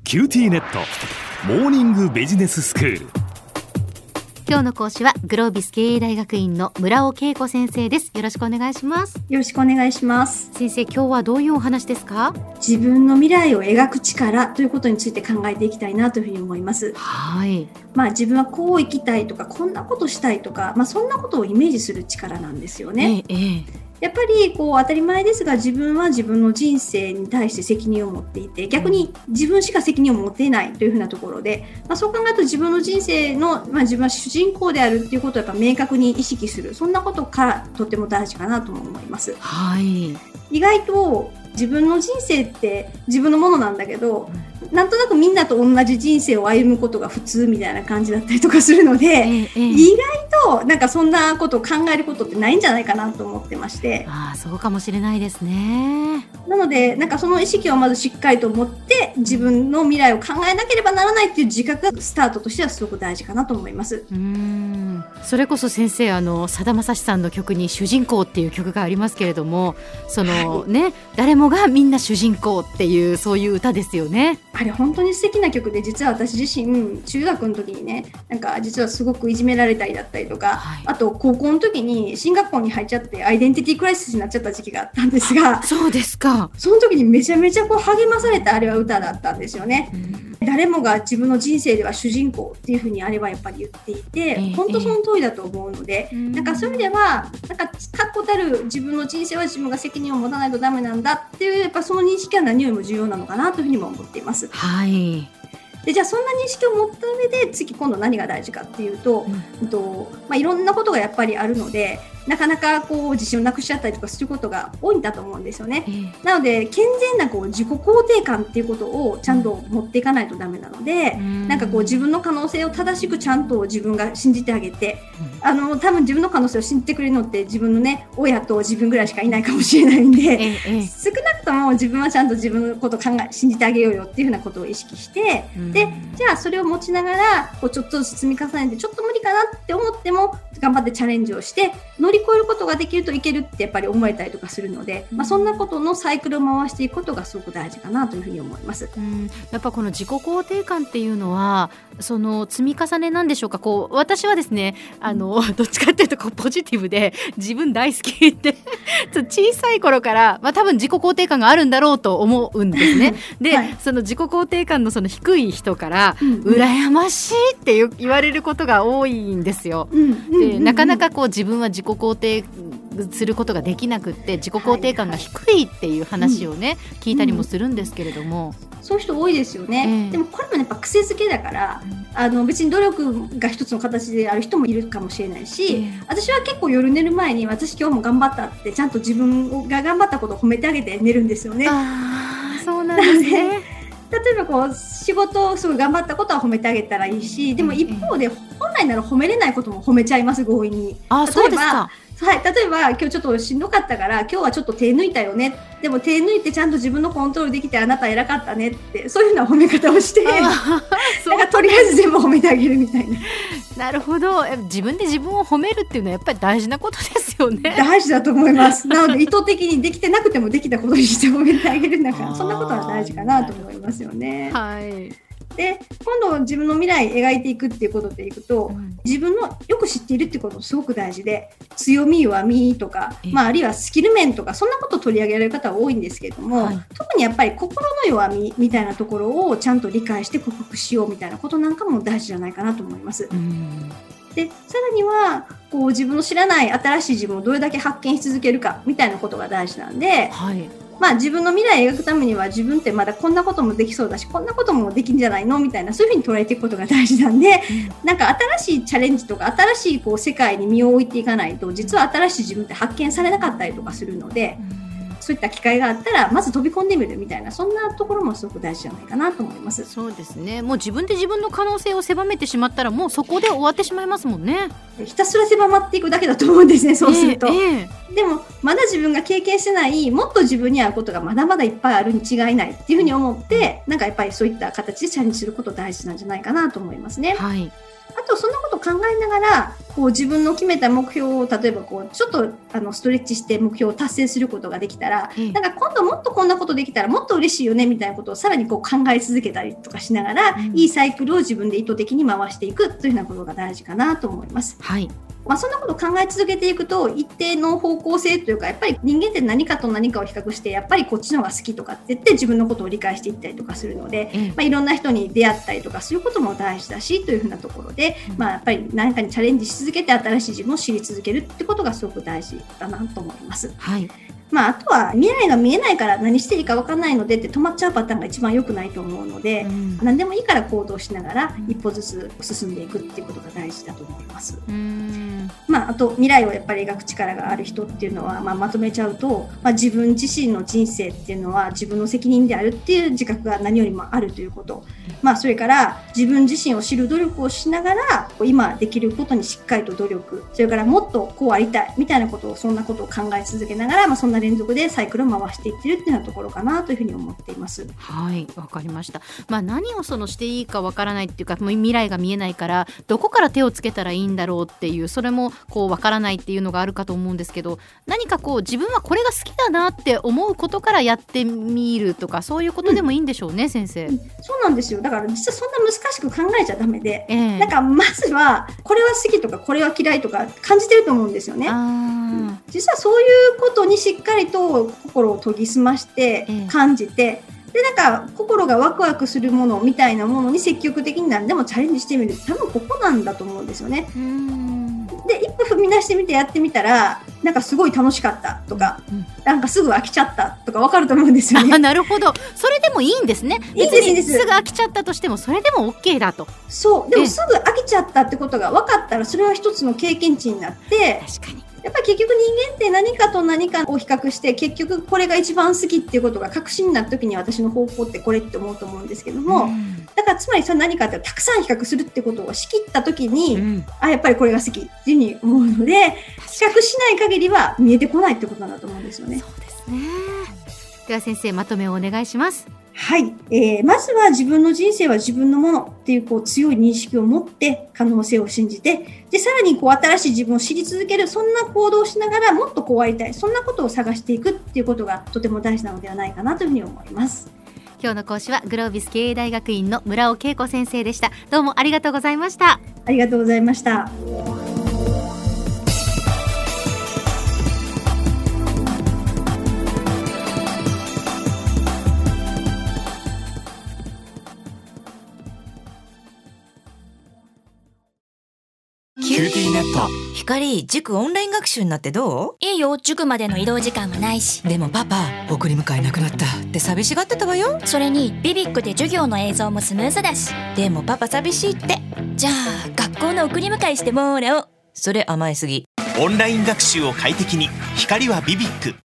キューティーネットモーニングビジネススクール。 今日の講師はグロービス経営大学院の村尾恵子先生です。よろしくお願いします。 よろしくお願いします。 先生、今日はどういうお話ですか？ 自分の未来を描く力ということについて考えていきたいなというふうに思います。 はい。 自分はこう生きたいとかこんなことしたいとか、そんなことをイメージする力なんですよね。やっぱり当たり前ですが、自分は自分の人生に対して責任を持っていて、逆に自分しか責任を持っていないというふうなところで、そう考えると自分の人生の、自分は主人公であるということをやっぱ明確に意識する、そんなことからとても大事かなとも思います。 はい。 意外と自分の人生って自分のものなんだけど、なんとなくみんなと同じ人生を歩むことが普通みたいな感じだったりとかするので、意外とそんなことを考えることってないんじゃないかなと思ってまして。 そうかもしれないですね。 なのでその意識をまずしっかりと持って自分の未来を考えなければならないっていう自覚がスタートとしてはすごく大事かなと思います。 それこそ先生、さだまさしさんの曲に主人公っていう曲がありますけれども、誰もがみんな主人公っていうそういう歌ですよね。 あれ本当に素敵な曲で、実は私自身中学の時にね、実はすごくいじめられたりだったりとか、あと高校の時に進学校に入っちゃってアイデンティティクライシスになっちゃった時期があったんですが。 そうですか。 その時にめちゃめちゃ励まされたあれは歌だったんですよね。誰もが自分の人生では主人公っていうふうにあれはやっぱり言っていて、本当その通りだと思うので、そういう意味では確固たる自分の人生は自分が責任を持たないとダメなんだっていう、やっぱその認識は何よりも重要なのかなというふうにも思っています。 はい。 で、じゃあそんな認識を持った上で次今度何が大事かっていうと、いろんなことがやっぱりあるので、なかなか自信をなくしちゃったりとかすることが多いんだと思うんですよね。なので健全な自己肯定感っていうことをちゃんと持っていかないとダメなので、自分の可能性を正しくちゃんと自分が信じてあげて、多分自分の可能性を信じてくれるのって自分のね、親と自分ぐらいしかいないかもしれないんで、少なくとも自分はちゃんと自分のことを信じてあげようよっていうふうなことを意識して、で、じゃあそれを持ちながらちょっとずつ積み重ねて、ちょっと無理かなって思っても頑張ってチャレンジをして乗り越えることができるといけるってやっぱり思えたりとかするので、そんなことのサイクルを回していくことがすごく大事かなというふうに思います。 やっぱこの自己肯定感っていうのはその積み重ねなんでしょうか。私はですね、どっちかっていうとポジティブで自分大好きって小さい頃から、多分自己肯定感があるんだろうと思うんですね。で、その自己肯定感のその低い人から羨ましいって言われることが多いんですよ。で、なかなか自分は自己肯定することができなくって、自己肯定感が低いっていう話をね、聞いたりもするんですけれども、 そういう人多いですよね。でもこれもやっぱ癖づけだから、別に努力が一つの形である人もいるかもしれないし、私は結構夜寝る前に私今日も頑張ったってちゃんと自分が頑張ったことを褒めてあげて寝るんですよね。 そうなんですね。 例えば仕事をすごい頑張ったことは褒めてあげたらいいし、でも一方で本来なら褒めれないことも褒めちゃいます、強引に。 そうですか。 例えば今日ちょっとしんどかったから今日はちょっと手抜いたよね、でも手抜いてちゃんと自分のコントロールできてあなた偉かったねって、そういうような褒め方をしてとりあえず全部褒めてあげるみたいな。 なるほど。自分で自分を褒めるっていうのはやっぱり大事なことですよね。 大事だと思います。なので意図的にできてなくてもできたことにして褒めてあげるんだから、そんなことは大事かなと思いますよね。で、今度自分の未来描いていくっていうことでいくと、自分のよく知っているっていうこともすごく大事で、強み弱みとか、あるいはスキル面とか、そんなことを取り上げられる方は多いんですけれども、特にやっぱり心の弱みみたいなところをちゃんと理解して克服しようみたいなことなんかも大事じゃないかなと思います。で、さらには自分の知らない新しい自分をどれだけ発見し続けるかみたいなことが大事なんで、自分の未来を描くためには自分ってまだこんなこともできそうだし、こんなこともできるんじゃないのみたいな、そういうふうに捉えていくことが大事なんで、新しいチャレンジとか新しい世界に身を置いていかないと、実は新しい自分って発見されなかったりとかするので、そういった機会があったらまず飛び込んでみるみたいな、そんなところもすごく大事じゃないかなと思います。 そうですね。もう自分で自分の可能性を狭めてしまったらもうそこで終わってしまいますもんね。 ひたすら狭まっていくだけだと思うんですね、そうすると。でもまだ自分が経験してないもっと自分に合うことがまだまだいっぱいあるに違いないっていうふうに思って、やっぱりそういった形でチャレンジすること大事なんじゃないかなと思いますね。 あとそんなこと考えながらこう自分の決めた目標を例えばこうちょっとストレッチして目標を達成することができたら、なんか今度もっとこんなことできたらもっと嬉しいよねみたいなことをさらにこう考え続けたりとかしながら、いいサイクルを自分で意図的に回していくというようなことが大事かなと思います。 はい。 そんなことを考え続けていくと一定の方向性というか、やっぱり人間って何かと何かを比較してやっぱりこっちの方が好きとかって言って自分のことを理解していったりとかするので、いろんな人に出会ったりとかすることも大事だしというふうなところで、やっぱり何かにチャレンジし続けて新しい自分を知り続けるってことがすごく大事だなと思います。 はい。 あとは未来が見えないから何していいか分からないのでって止まっちゃうパターンが一番良くないと思うので、何でもいいから行動しながら一歩ずつ進んでいくっていうことが大事だと思います。あと未来をやっぱり描く力がある人っていうのは、まとめちゃうと、自分自身の人生っていうのは自分の責任であるっていう自覚が何よりもあるということ、それから自分自身を知る努力をしながら今できることにしっかりと努力、それからもっとこうありたいみたいなことをそんなことを考え続けながら、そんな連続でサイクルを回していってるっていうようなところかなというふうに思っています。 はい、わかりました。何をしていいかわからないっていうか、未来が見えないからどこから手をつけたらいいんだろうっていう、それもわからないっていうのがあるかと思うんですけど、何か自分はこれが好きだなって思うことからやってみるとか、そういうことでもいいんでしょうね、先生。 そうなんですよ。だから実はそんな難しく考えちゃダメで、なんかまずはこれは好きとかこれは嫌いとか感じてると思うんですよね。実はそういうことにしっかりと心を研ぎ澄まして感じて、でなんか心がワクワクするものみたいなものに積極的に何でもチャレンジしてみる、多分ここなんだと思うんですよね。で一歩踏み出してみてやってみたら、なんかすごい楽しかったとか、なんかすぐ飽きちゃったとか分かると思うんですよね。 なるほど、それでもいいんですね。別にすぐ飽きちゃったとしてもそれでも OK だと。 そうでもすぐ飽きちゃったってことが分かったら、それは一つの経験値になって、 確かにやっぱり結局人間って何かと何かを比較して、結局これが一番好きっていうことが確信になった時に、私の方向ってこれって思うと思うんですけども、だからつまりそれ何かってたくさん比較するってことを仕切った時に、やっぱりこれが好きっていうふうに思うので、比較しない限りは見えてこないってことなんだと思うんですよね。 そうですね。では先生、まとめをお願いします。 はい、まずは自分の人生は自分のものっていう強い認識を持って可能性を信じて、でさらに新しい自分を知り続ける、そんな行動をしながらもっとありたい、そんなことを探していくっていうことがとても大事なのではないかなというふうに思います。 今日の講師はグロービス経営大学院の村尾恵子先生でした。どうもありがとうございました。 ありがとうございました。 キューティーネット。光、塾オンライン学習になってどう？ いいよ、塾までの移動時間はないし。 でもパパ、送り迎えなくなったって寂しがってたわよ。 それにビビックで授業の映像もスムーズだし。 でもパパ寂しいって。 じゃあ学校の送り迎えしてもらおう。 それ甘えすぎ。 オンライン学習を快適に、光はビビック。